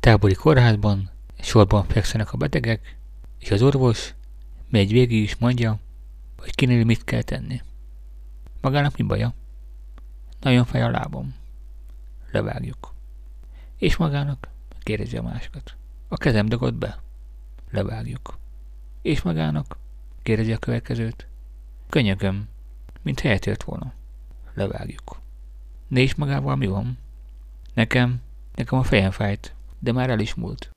tábori kórházban sorban fekszenek a betegek, és az orvos megy végig is mondja, hogy kinél mit kell tenni. Magának mi baja? Nagyon fáj a lábam. Levágjuk. És magának? Kérdezi a másikat. A kezem dugott be. Levágjuk. És magának? Kérdezi a következőt. Könyököm, mint helyet ért volna. Levágjuk. De és magával mi van? Nekem a fejem fájt, de már el is múlt.